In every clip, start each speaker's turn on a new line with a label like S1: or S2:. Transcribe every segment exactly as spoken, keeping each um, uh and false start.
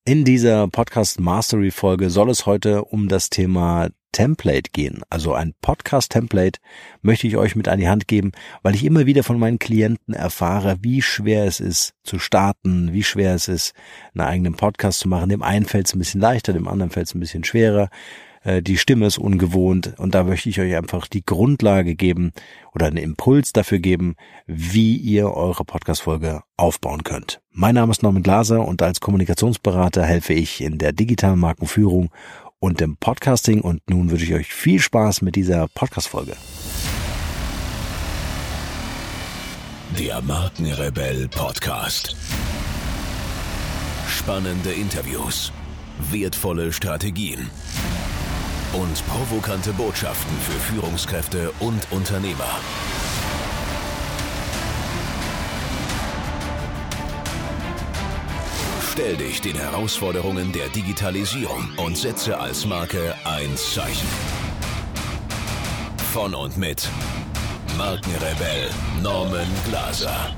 S1: In dieser Podcast Mastery Folge soll es heute um das Thema Template gehen. Also ein Podcast-Template möchte ich euch mit an die Hand geben, weil ich immer wieder von meinen Klienten erfahre, wie schwer es ist zu starten, wie schwer es ist, einen eigenen Podcast zu machen. Dem einen fällt es ein bisschen leichter, dem anderen fällt es ein bisschen schwerer. Die Stimme ist ungewohnt und da möchte ich euch einfach die Grundlage geben oder einen Impuls dafür geben, wie ihr eure Podcast-Folge aufbauen könnt. Mein Name ist Norman Glaser und als Kommunikationsberater helfe ich in der digitalen Markenführung und im Podcasting und nun wünsche ich euch viel Spaß mit dieser Podcast-Folge.
S2: Der Markenrebell Podcast. Spannende Interviews, wertvolle Strategien und provokante Botschaften für Führungskräfte und Unternehmer. Stell dich den Herausforderungen der Digitalisierung und setze als Marke ein Zeichen. Von und mit Markenrebell Norman Glaser.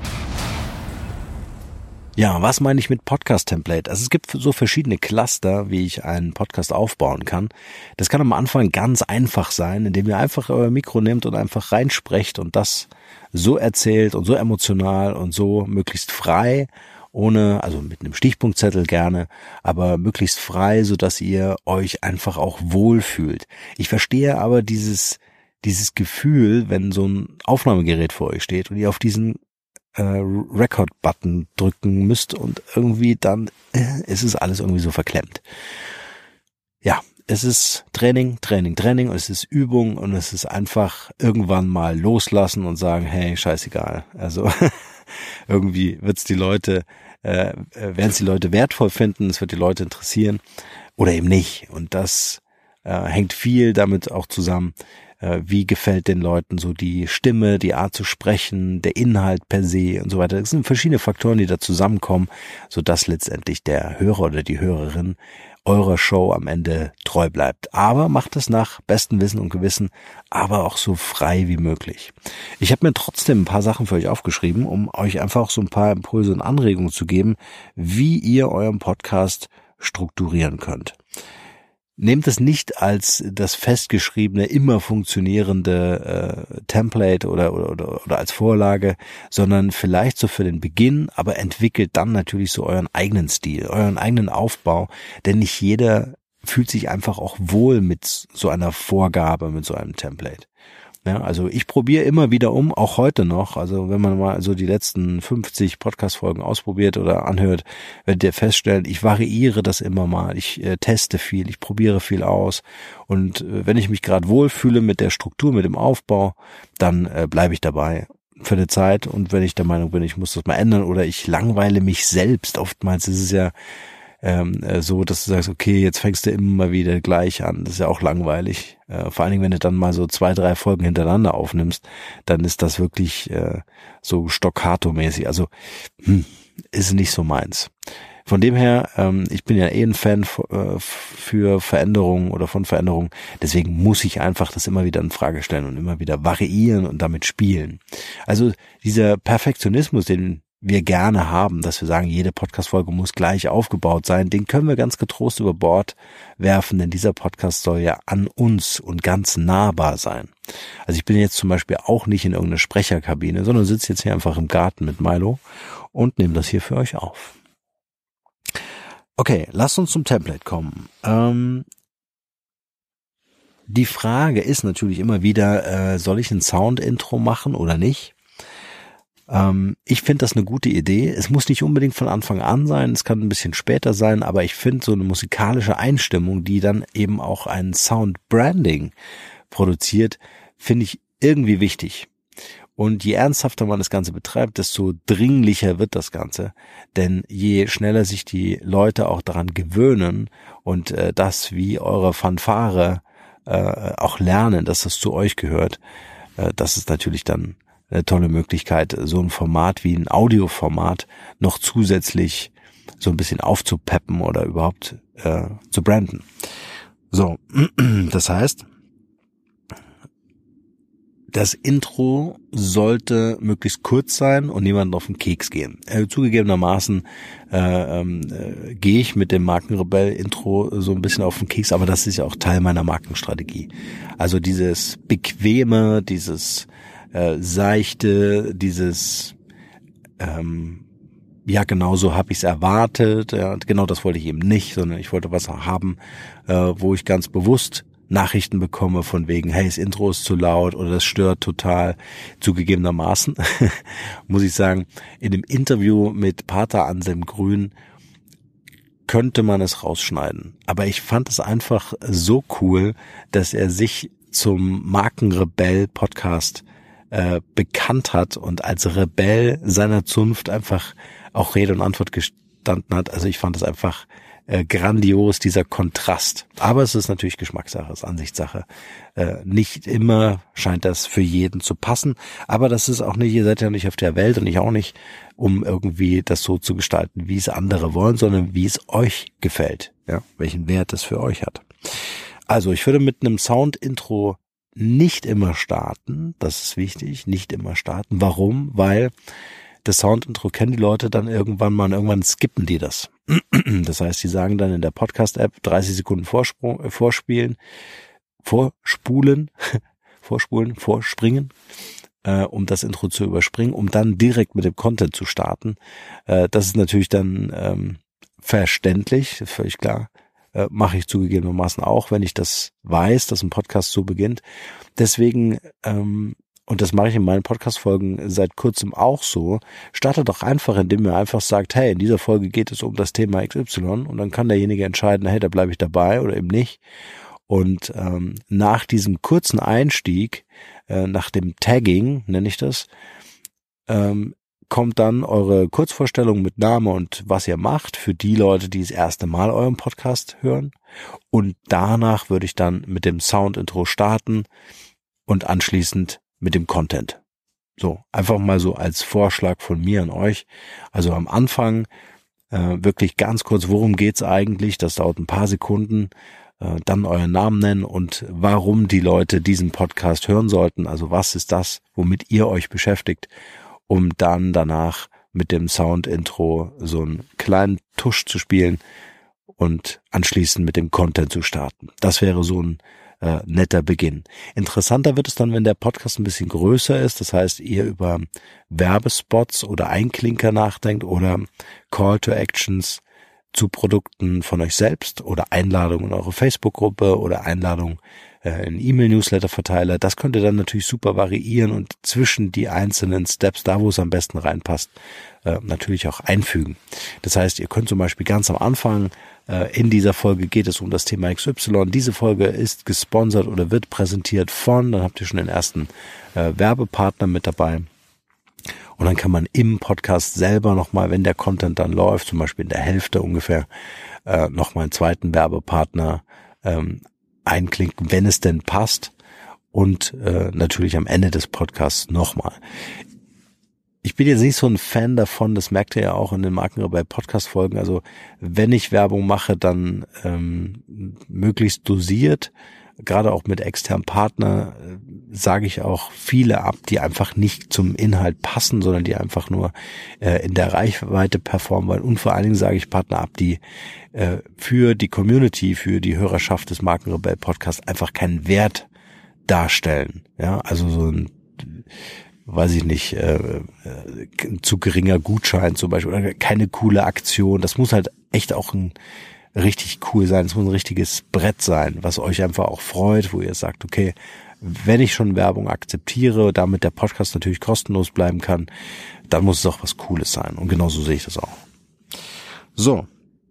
S1: Ja, was meine ich mit Podcast-Template? Also es gibt so verschiedene Cluster, wie ich einen Podcast aufbauen kann. Das kann am Anfang ganz einfach sein, indem ihr einfach euer Mikro nehmt und einfach reinsprecht und das so erzählt und so emotional und so möglichst frei, ohne, also mit einem Stichpunktzettel gerne, aber möglichst frei, so dass ihr euch einfach auch wohlfühlt. Ich verstehe aber dieses, dieses Gefühl, wenn so ein Aufnahmegerät vor euch steht und ihr auf diesen Record-Button drücken müsst und irgendwie dann äh, ist es alles irgendwie so verklemmt. Ja, es ist Training, Training, Training und es ist Übung und es ist einfach irgendwann mal loslassen und sagen, hey, scheißegal. Also irgendwie wird's die Leute, äh, werden es die Leute wertvoll finden, es wird die Leute interessieren oder eben nicht. Und das äh, hängt viel damit auch zusammen, wie gefällt den Leuten so die Stimme, die Art zu sprechen, der Inhalt per se und so weiter. Das sind verschiedene Faktoren, die da zusammenkommen, sodass letztendlich der Hörer oder die Hörerin eurer Show am Ende treu bleibt. Aber macht es nach bestem Wissen und Gewissen, aber auch so frei wie möglich. Ich habe mir trotzdem ein paar Sachen für euch aufgeschrieben, um euch einfach so ein paar Impulse und Anregungen zu geben, wie ihr euren Podcast strukturieren könnt. Nehmt es nicht als das festgeschriebene, immer funktionierende äh, Template oder, oder, oder, oder als Vorlage, sondern vielleicht so für den Beginn, aber entwickelt dann natürlich so euren eigenen Stil, euren eigenen Aufbau, denn nicht jeder fühlt sich einfach auch wohl mit so einer Vorgabe, mit so einem Template. Ja, also ich probiere immer wieder um, auch heute noch, also wenn man mal so die letzten fünfzig Podcast-Folgen ausprobiert oder anhört, werdet ihr feststellen, ich variiere das immer mal, ich äh, teste viel, ich probiere viel aus und äh, wenn ich mich gerade wohlfühle mit der Struktur, mit dem Aufbau, dann äh, bleibe ich dabei für eine Zeit und wenn ich der Meinung bin, ich muss das mal ändern oder ich langweile mich selbst, oftmals ist es ja Ähm, äh, so, dass du sagst, okay, jetzt fängst du immer wieder gleich an. Das ist ja auch langweilig. Äh, vor allen Dingen, wenn du dann mal so zwei, drei Folgen hintereinander aufnimmst, dann ist das wirklich äh, so staccato-mäßig. Also hm, ist nicht so meins. Von dem her, ähm, ich bin ja eh ein Fan f- äh, für Veränderungen oder von Veränderungen. Deswegen muss ich einfach das immer wieder in Frage stellen und immer wieder variieren und damit spielen. Also dieser Perfektionismus, den wir gerne haben, dass wir sagen, jede Podcast-Folge muss gleich aufgebaut sein, den können wir ganz getrost über Bord werfen, denn dieser Podcast soll ja an uns und ganz nahbar sein. Also ich bin jetzt zum Beispiel auch nicht in irgendeiner Sprecherkabine, sondern sitze jetzt hier einfach im Garten mit Milo und nehme das hier für euch auf. Okay, lasst uns zum Template kommen. Ähm, die Frage ist natürlich immer wieder, äh, soll ich ein Sound-Intro machen oder nicht? Ich finde das eine gute Idee. Es muss nicht unbedingt von Anfang an sein, es kann ein bisschen später sein, aber ich finde so eine musikalische Einstimmung, die dann eben auch ein Sound-Branding produziert, finde ich irgendwie wichtig. Und je ernsthafter man das Ganze betreibt, desto dringlicher wird das Ganze. Denn je schneller sich die Leute auch daran gewöhnen und äh, das wie eure Fanfare äh, auch lernen, dass das zu euch gehört, äh, das ist natürlich dann eine tolle Möglichkeit, so ein Format wie ein Audioformat noch zusätzlich so ein bisschen aufzupeppen oder überhaupt äh, zu branden. So, das heißt, Das Intro sollte möglichst kurz sein und niemandem auf den Keks gehen. Äh, zugegebenermaßen äh, äh, gehe ich mit dem Markenrebell-Intro so ein bisschen auf den Keks, aber das ist ja auch Teil meiner Markenstrategie. Also dieses Bequeme, dieses äh, Seichte, dieses ähm, ja, genau so habe ich es erwartet. Ja, genau das wollte ich eben nicht, sondern ich wollte was haben, äh, wo ich ganz bewusst Nachrichten bekomme von wegen, hey, das Intro ist zu laut oder das stört total. Zugegebenermaßen muss ich sagen, in dem Interview mit Pater Anselm Grün könnte man es rausschneiden. Aber ich fand es einfach so cool, dass er sich zum Markenrebell-Podcast äh, bekannt hat und als Rebell seiner Zunft einfach auch Rede und Antwort gestanden hat. Also ich fand es einfach Äh, grandios, dieser Kontrast. Aber es ist natürlich Geschmackssache, es ist Ansichtssache. Äh, nicht immer scheint das für jeden zu passen, aber das ist auch nicht, ihr seid ja nicht auf der Welt und ich auch nicht, um irgendwie das so zu gestalten, wie es andere wollen, sondern wie es euch gefällt, ja, welchen Wert es für euch hat. Also ich würde mit einem Sound-Intro nicht immer starten, das ist wichtig, nicht immer starten. Warum? Weil das Sound-Intro kennen die Leute dann irgendwann mal und irgendwann skippen die das. Das heißt, die sagen dann in der Podcast-App dreißig Sekunden Vorsprung, äh, vorspielen, vorspulen, vorspulen, vorspringen, äh, um das Intro zu überspringen, um dann direkt mit dem Content zu starten. Äh, das ist natürlich dann ähm, verständlich, ist völlig klar. Äh, mache ich zugegebenermaßen auch, wenn ich das weiß, dass ein Podcast so beginnt. Deswegen ähm, und das mache ich in meinen Podcast-Folgen seit kurzem auch so, startet doch einfach, indem ihr einfach sagt, hey, in dieser Folge geht es um das Thema X Y und dann kann derjenige entscheiden, hey, da bleibe ich dabei oder eben nicht. Und ähm, nach diesem kurzen Einstieg, äh, nach dem Tagging, nenne ich das, ähm, kommt dann eure Kurzvorstellung mit Name und was ihr macht für die Leute, die das erste Mal euren Podcast hören. Und danach würde ich dann mit dem Sound-Intro starten und anschließend mit dem Content. So, einfach mal so als Vorschlag von mir an euch. Also am Anfang äh, wirklich ganz kurz, worum geht's eigentlich? Das dauert ein paar Sekunden. Äh, dann euren Namen nennen und warum die Leute diesen Podcast hören sollten. Also was ist das, womit ihr euch beschäftigt, um dann danach mit dem Sound-Intro so einen kleinen Tusch zu spielen und anschließend mit dem Content zu starten. Das wäre so ein Äh, netter Beginn. Interessanter wird es dann, wenn der Podcast ein bisschen größer ist, das heißt, ihr über Werbespots oder Einklinker nachdenkt oder Call to Actions zu Produkten von euch selbst oder Einladungen in eure Facebook-Gruppe oder Einladungen äh, in E-Mail-Newsletter-Verteiler. Das könnt ihr dann natürlich super variieren und zwischen die einzelnen Steps, da wo es am besten reinpasst, äh, natürlich auch einfügen. Das heißt, ihr könnt zum Beispiel ganz am Anfang, äh, in dieser Folge geht es um das Thema X Y. Diese Folge ist gesponsert oder wird präsentiert von, dann habt ihr schon den ersten äh, Werbepartner mit dabei. Und dann kann man im Podcast selber nochmal, wenn der Content dann läuft, zum Beispiel in der Hälfte ungefähr, äh, nochmal einen zweiten Werbepartner ähm, einklinken, wenn es denn passt. Und äh, natürlich am Ende des Podcasts nochmal. Ich bin jetzt nicht so ein Fan davon, das merkt ihr ja auch in den Markenrebell Podcast-Folgen. Also wenn ich Werbung mache, dann ähm, möglichst dosiert. Gerade auch mit externen Partner äh, sage ich auch viele ab, die einfach nicht zum Inhalt passen, sondern die einfach nur äh, in der Reichweite performen wollen. Und vor allen Dingen sage ich Partner ab, die äh, für die Community, für die Hörerschaft des Markenrebell Podcasts einfach keinen Wert darstellen. Ja, also so ein, weiß ich nicht, äh, ein zu geringer Gutschein zum Beispiel oder keine coole Aktion. Das muss halt echt auch ein richtig cool sein. Es muss ein richtiges Brett sein, was euch einfach auch freut, wo ihr sagt, okay, wenn ich schon Werbung akzeptiere, damit der Podcast natürlich kostenlos bleiben kann, dann muss es auch was Cooles sein. Und genauso sehe ich das auch. So.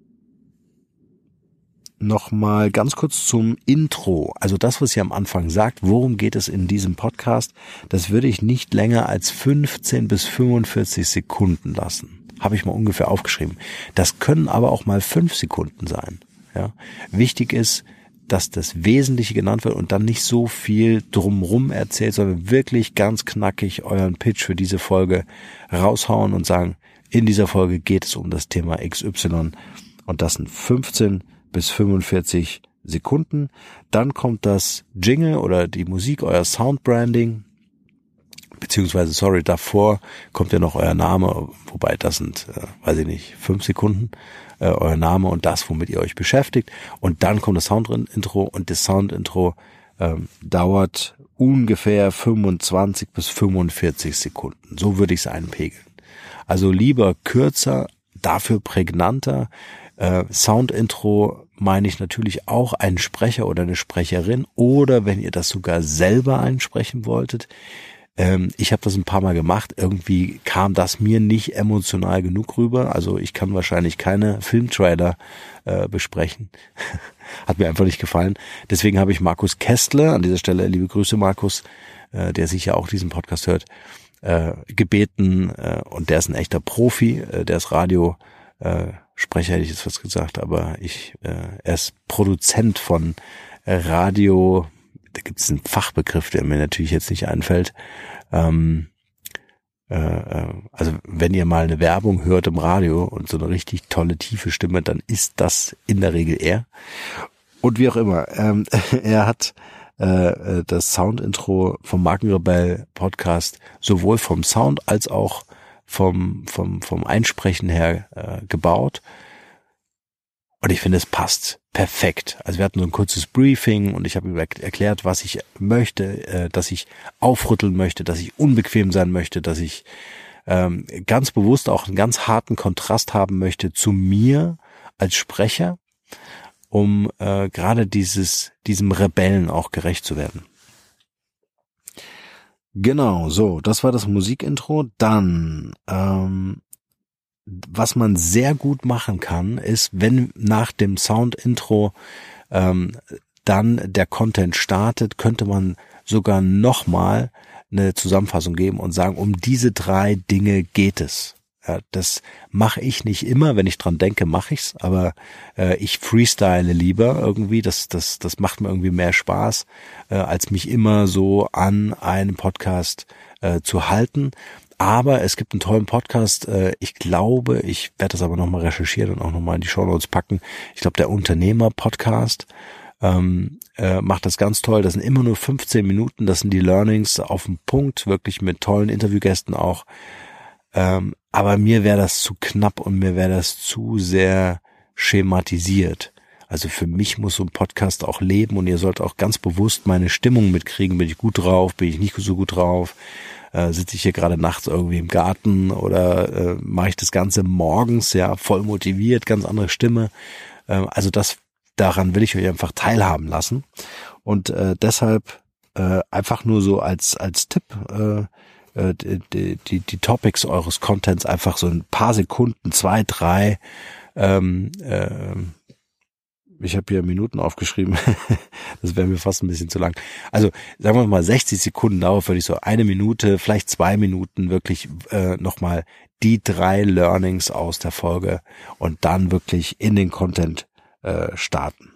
S1: Nochmal ganz kurz zum Intro. Also das, was ihr am Anfang sagt, worum geht es in diesem Podcast, das würde ich nicht länger als fünfzehn bis fünfundvierzig Sekunden lassen. Habe ich mal ungefähr aufgeschrieben. Das können aber auch mal fünf Sekunden sein. Ja. Wichtig ist, dass das Wesentliche genannt wird und dann nicht so viel drumrum erzählt, sondern wirklich ganz knackig euren Pitch für diese Folge raushauen und sagen, in dieser Folge geht es um das Thema X Y und das sind fünfzehn bis fünfundvierzig Sekunden. Dann kommt das Jingle oder die Musik, euer Soundbranding beziehungsweise, sorry, davor kommt ja noch euer Name, wobei das sind, äh, weiß ich nicht, fünf Sekunden, äh, euer Name und das, womit ihr euch beschäftigt. Und dann kommt das Soundintro und das Soundintro ähm, dauert ungefähr fünfundzwanzig bis fünfundvierzig Sekunden. So würde ich es einpegeln. Also lieber kürzer, dafür prägnanter. Äh, Soundintro meine ich natürlich auch einen Sprecher oder eine Sprecherin oder wenn ihr das sogar selber einsprechen wolltet. Ähm, ich habe das ein paar Mal gemacht. Irgendwie kam das mir nicht emotional genug rüber. Also ich kann wahrscheinlich keine Filmtrailer äh, besprechen. Hat mir einfach nicht gefallen. Deswegen habe ich Markus Kästler, an dieser Stelle liebe Grüße Markus, äh, der sicher auch diesen Podcast hört, äh, gebeten, äh, und der ist ein echter Profi, äh, der ist Radio äh, Sprecher, hätte ich jetzt fast gesagt, aber ich, äh, er ist Produzent von äh, Radio, da gibt es einen Fachbegriff, der mir natürlich jetzt nicht einfällt. Ähm, äh, also wenn ihr mal eine Werbung hört im Radio und so eine richtig tolle, tiefe Stimme, dann ist das in der Regel er. Und wie auch immer, ähm, er hat äh, das Soundintro vom Markenrebell Podcast sowohl vom Sound als auch vom vom vom Einsprechen her äh, gebaut. Und ich finde, es passt perfekt. Also wir hatten so ein kurzes Briefing und ich habe ihm erklärt, was ich möchte, äh, dass ich aufrütteln möchte, dass ich unbequem sein möchte, dass ich ähm, ganz bewusst auch einen ganz harten Kontrast haben möchte zu mir als Sprecher, um äh, gerade dieses diesem Rebellen auch gerecht zu werden. Genau, so, das war das Musikintro. Dann, ähm, was man sehr gut machen kann, ist, wenn nach dem Soundintro ähm, dann der Content startet, könnte man sogar nochmal eine Zusammenfassung geben und sagen, um diese drei Dinge geht es. Ja, das mache ich nicht immer, wenn ich dran denke, mache ich's, aber äh, ich freestyle lieber irgendwie, das das das macht mir irgendwie mehr Spaß, äh, als mich immer so an einem Podcast äh, zu halten. Aber es gibt einen tollen Podcast, äh, ich glaube, ich werde das aber nochmal recherchieren und auch nochmal in die Shownotes packen. Ich glaube, der Unternehmer-Podcast ähm, äh, macht das ganz toll. Das sind immer nur fünfzehn Minuten, das sind die Learnings auf den Punkt, wirklich mit tollen Interviewgästen auch. Ähm, aber mir wäre das zu knapp und mir wäre das zu sehr schematisiert. Also für mich muss so ein Podcast auch leben und ihr sollt auch ganz bewusst meine Stimmung mitkriegen. Bin ich gut drauf, bin ich nicht so gut drauf? Äh, sitze ich hier gerade nachts irgendwie im Garten oder äh, mache ich das Ganze morgens, ja, voll motiviert, ganz andere Stimme. Äh, also das, daran will ich euch einfach teilhaben lassen. Und äh, deshalb äh, einfach nur so als als Tipp, äh, Die, die, die, die Topics eures Contents einfach so ein paar Sekunden, zwei, drei, ähm, äh, ich habe hier Minuten aufgeschrieben, das wäre mir fast ein bisschen zu lang. Also sagen wir mal sechzig Sekunden dauert für dich so eine Minute, vielleicht zwei Minuten wirklich äh, nochmal die drei Learnings aus der Folge und dann wirklich in den Content äh, starten.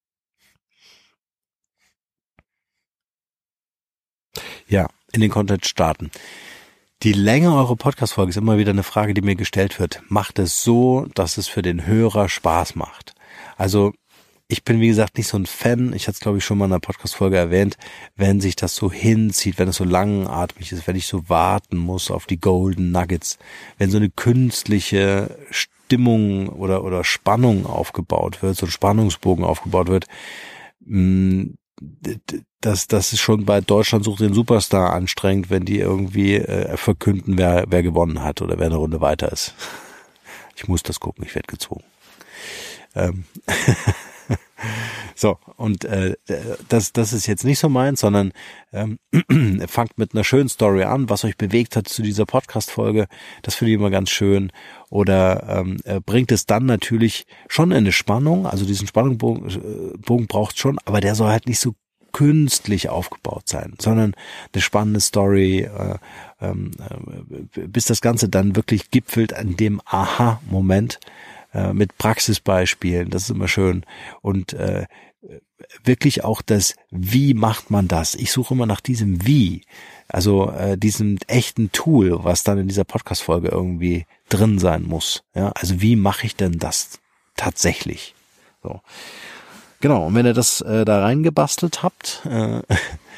S1: Ja, in den Content starten. Die Länge eurer Podcast-Folge ist immer wieder eine Frage, die mir gestellt wird. Macht es so, dass es für den Hörer Spaß macht? Also ich bin, wie gesagt, nicht so ein Fan. Ich hatte es, glaube ich, schon mal in einer Podcast-Folge erwähnt, wenn sich das so hinzieht, wenn es so langatmig ist, wenn ich so warten muss auf die Golden Nuggets, wenn so eine künstliche Stimmung oder oder Spannung aufgebaut wird, so ein Spannungsbogen aufgebaut wird, mh, Das, das ist schon bei Deutschland sucht den Superstar anstrengend, wenn die irgendwie äh, verkünden, wer, wer gewonnen hat oder wer eine Runde weiter ist. Ich muss das gucken, ich werde gezwungen. Ähm so, und äh, das, das ist jetzt nicht so meins, sondern ähm, fangt mit einer schönen Story an, was euch bewegt hat zu dieser Podcast-Folge. Das finde ich immer ganz schön. Oder ähm, bringt es dann natürlich schon in eine Spannung, also diesen Spannungsbogen äh, Bogen braucht schon, aber der soll halt nicht so künstlich aufgebaut sein, sondern eine spannende Story, äh, äh, bis das Ganze dann wirklich gipfelt an dem Aha-Moment äh, mit Praxisbeispielen, das ist immer schön. Und äh, wirklich auch das, wie macht man das? Ich suche immer nach diesem Wie, also äh, diesem echten Tool, was dann in dieser Podcast-Folge irgendwie drin sein muss. Ja, also wie mache ich denn das tatsächlich? So. Genau, und wenn ihr das äh, da reingebastelt habt, äh,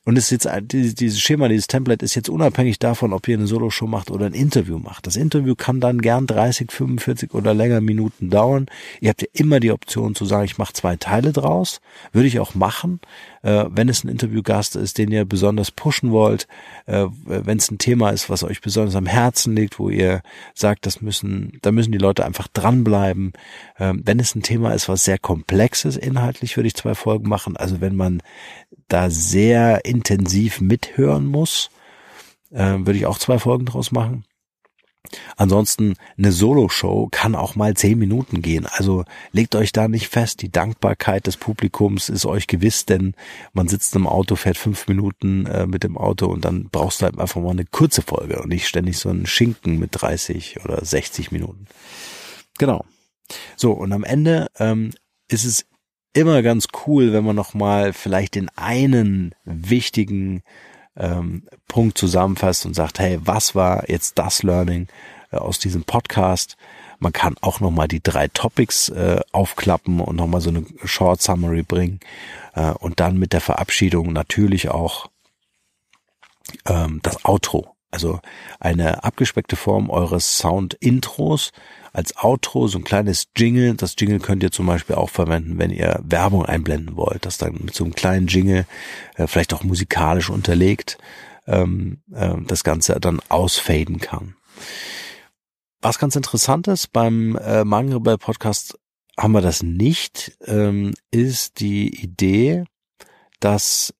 S1: Und es ist jetzt, dieses Schema, dieses Template ist jetzt unabhängig davon, ob ihr eine Solo-Show macht oder ein Interview macht. Das Interview kann dann gern dreißig, fünfundvierzig oder länger Minuten dauern. Ihr habt ja immer die Option zu sagen, ich mache zwei Teile draus. Würde ich auch machen, äh, wenn es ein Interviewgast ist, den ihr besonders pushen wollt, äh, wenn es ein Thema ist, was euch besonders am Herzen liegt, wo ihr sagt, das müssen, da müssen die Leute einfach dranbleiben. Äh, wenn es ein Thema ist, was sehr komplex ist, inhaltlich, würde ich zwei Folgen machen. Also wenn man da sehr intensiv mithören muss, äh, würde ich auch zwei Folgen draus machen. Ansonsten eine Solo-Show kann auch mal zehn Minuten gehen. Also legt euch da nicht fest. Die Dankbarkeit des Publikums ist euch gewiss, denn man sitzt im Auto, fährt fünf Minuten äh, mit dem Auto und dann brauchst du halt einfach mal eine kurze Folge und nicht ständig so einen Schinken mit dreißig oder sechzig Minuten. Genau. So, und am Ende ähm, ist es immer ganz cool, wenn man nochmal vielleicht den einen wichtigen ähm, Punkt zusammenfasst und sagt, hey, was war jetzt das Learning äh, aus diesem Podcast? Man kann auch nochmal die drei Topics äh, aufklappen und nochmal so eine Short Summary bringen äh, und dann mit der Verabschiedung natürlich auch ähm, das Outro. Also eine abgespeckte Form eures Sound-Intros als Outro, so ein kleines Jingle. Das Jingle könnt ihr zum Beispiel auch verwenden, wenn ihr Werbung einblenden wollt, das dann mit so einem kleinen Jingle, äh, vielleicht auch musikalisch unterlegt, ähm, äh, das Ganze dann ausfaden kann. Was ganz interessant ist, beim äh, Magenrebell Podcast haben wir das nicht, ähm, ist die Idee, dass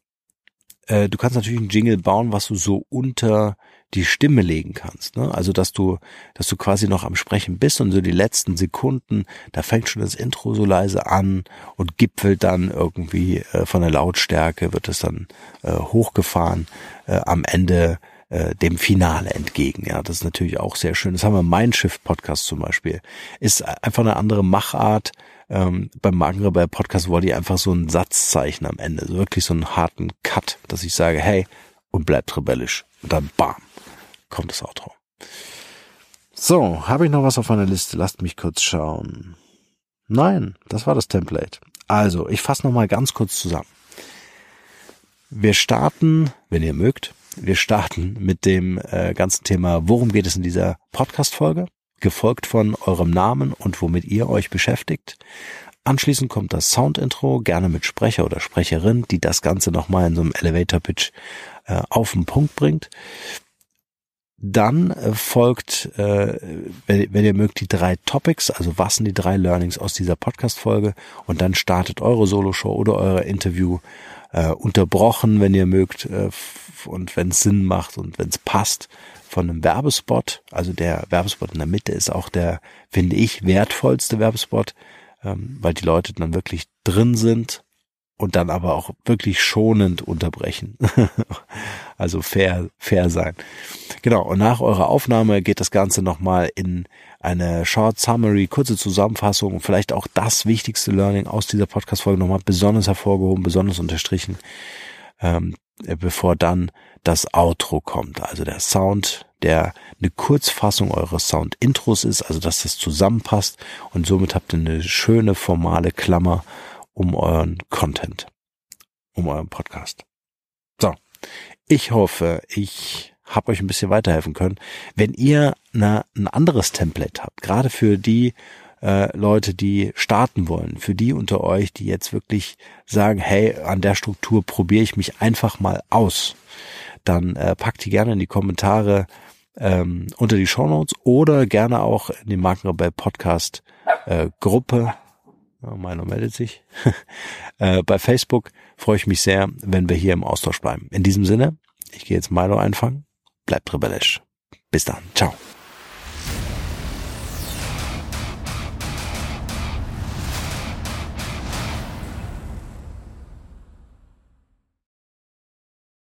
S1: äh, du kannst natürlich einen Jingle bauen, was du so unter die Stimme legen kannst, ne? Also dass du, dass du quasi noch am Sprechen bist und so die letzten Sekunden, da fängt schon das Intro so leise an und gipfelt dann irgendwie äh, von der Lautstärke, wird es dann äh, hochgefahren, äh, am Ende äh, dem Finale entgegen. Ja, das ist natürlich auch sehr schön. Das haben wir im Mindshift-Podcast zum Beispiel. Ist einfach eine andere Machart. Ähm, beim Magenrebell-Podcast wollte ich einfach so ein Satzzeichen am Ende, so wirklich so einen harten Cut, dass ich sage, hey, und bleibt rebellisch. Und dann bam, kommt das Outro. So, habe ich noch was auf meiner Liste? Lasst mich kurz schauen. Nein, das war das Template. Also, ich fasse nochmal ganz kurz zusammen. Wir starten, wenn ihr mögt, wir starten mit dem äh, ganzen Thema, worum geht es in dieser Podcast-Folge? Gefolgt von eurem Namen und womit ihr euch beschäftigt. Anschließend kommt das Sound-Intro, gerne mit Sprecher oder Sprecherin, die das Ganze nochmal in so einem Elevator-Pitch äh, auf den Punkt bringt. Dann äh, folgt, äh, wenn, wenn ihr mögt, die drei Topics, also was sind die drei Learnings aus dieser Podcast-Folge, und dann startet eure Solo-Show oder euer Interview, äh, unterbrochen, wenn ihr mögt, äh, und wenn es Sinn macht und wenn es passt, von einem Werbespot. Also der Werbespot in der Mitte ist auch der, finde ich, wertvollste Werbespot, ähm, weil die Leute dann wirklich drin sind und dann aber auch wirklich schonend unterbrechen. Also fair, fair sein. Genau, und nach eurer Aufnahme geht das Ganze nochmal in eine Short Summary, kurze Zusammenfassung und vielleicht auch das wichtigste Learning aus dieser Podcast-Folge nochmal besonders hervorgehoben, besonders unterstrichen, ähm, bevor dann das Outro kommt. Also der Sound, der eine Kurzfassung eures Sound-Intros ist, also dass das zusammenpasst, und somit habt ihr eine schöne formale Klammer um euren Content, um euren Podcast. So, ich hoffe, ich habe euch ein bisschen weiterhelfen können. Wenn ihr eine, ein anderes Template habt, gerade für die äh, Leute, die starten wollen, für die unter euch, die jetzt wirklich sagen, hey, an der Struktur probiere ich mich einfach mal aus, dann äh, packt die gerne in die Kommentare ähm, unter die Shownotes oder gerne auch in die Magenrebell Podcast äh, Gruppe. Ja, Milo meldet sich. äh, bei Facebook freue ich mich sehr, wenn wir hier im Austausch bleiben. In diesem Sinne, ich gehe jetzt Milo einfangen. Bleibt rebellisch. Bis dann. Ciao.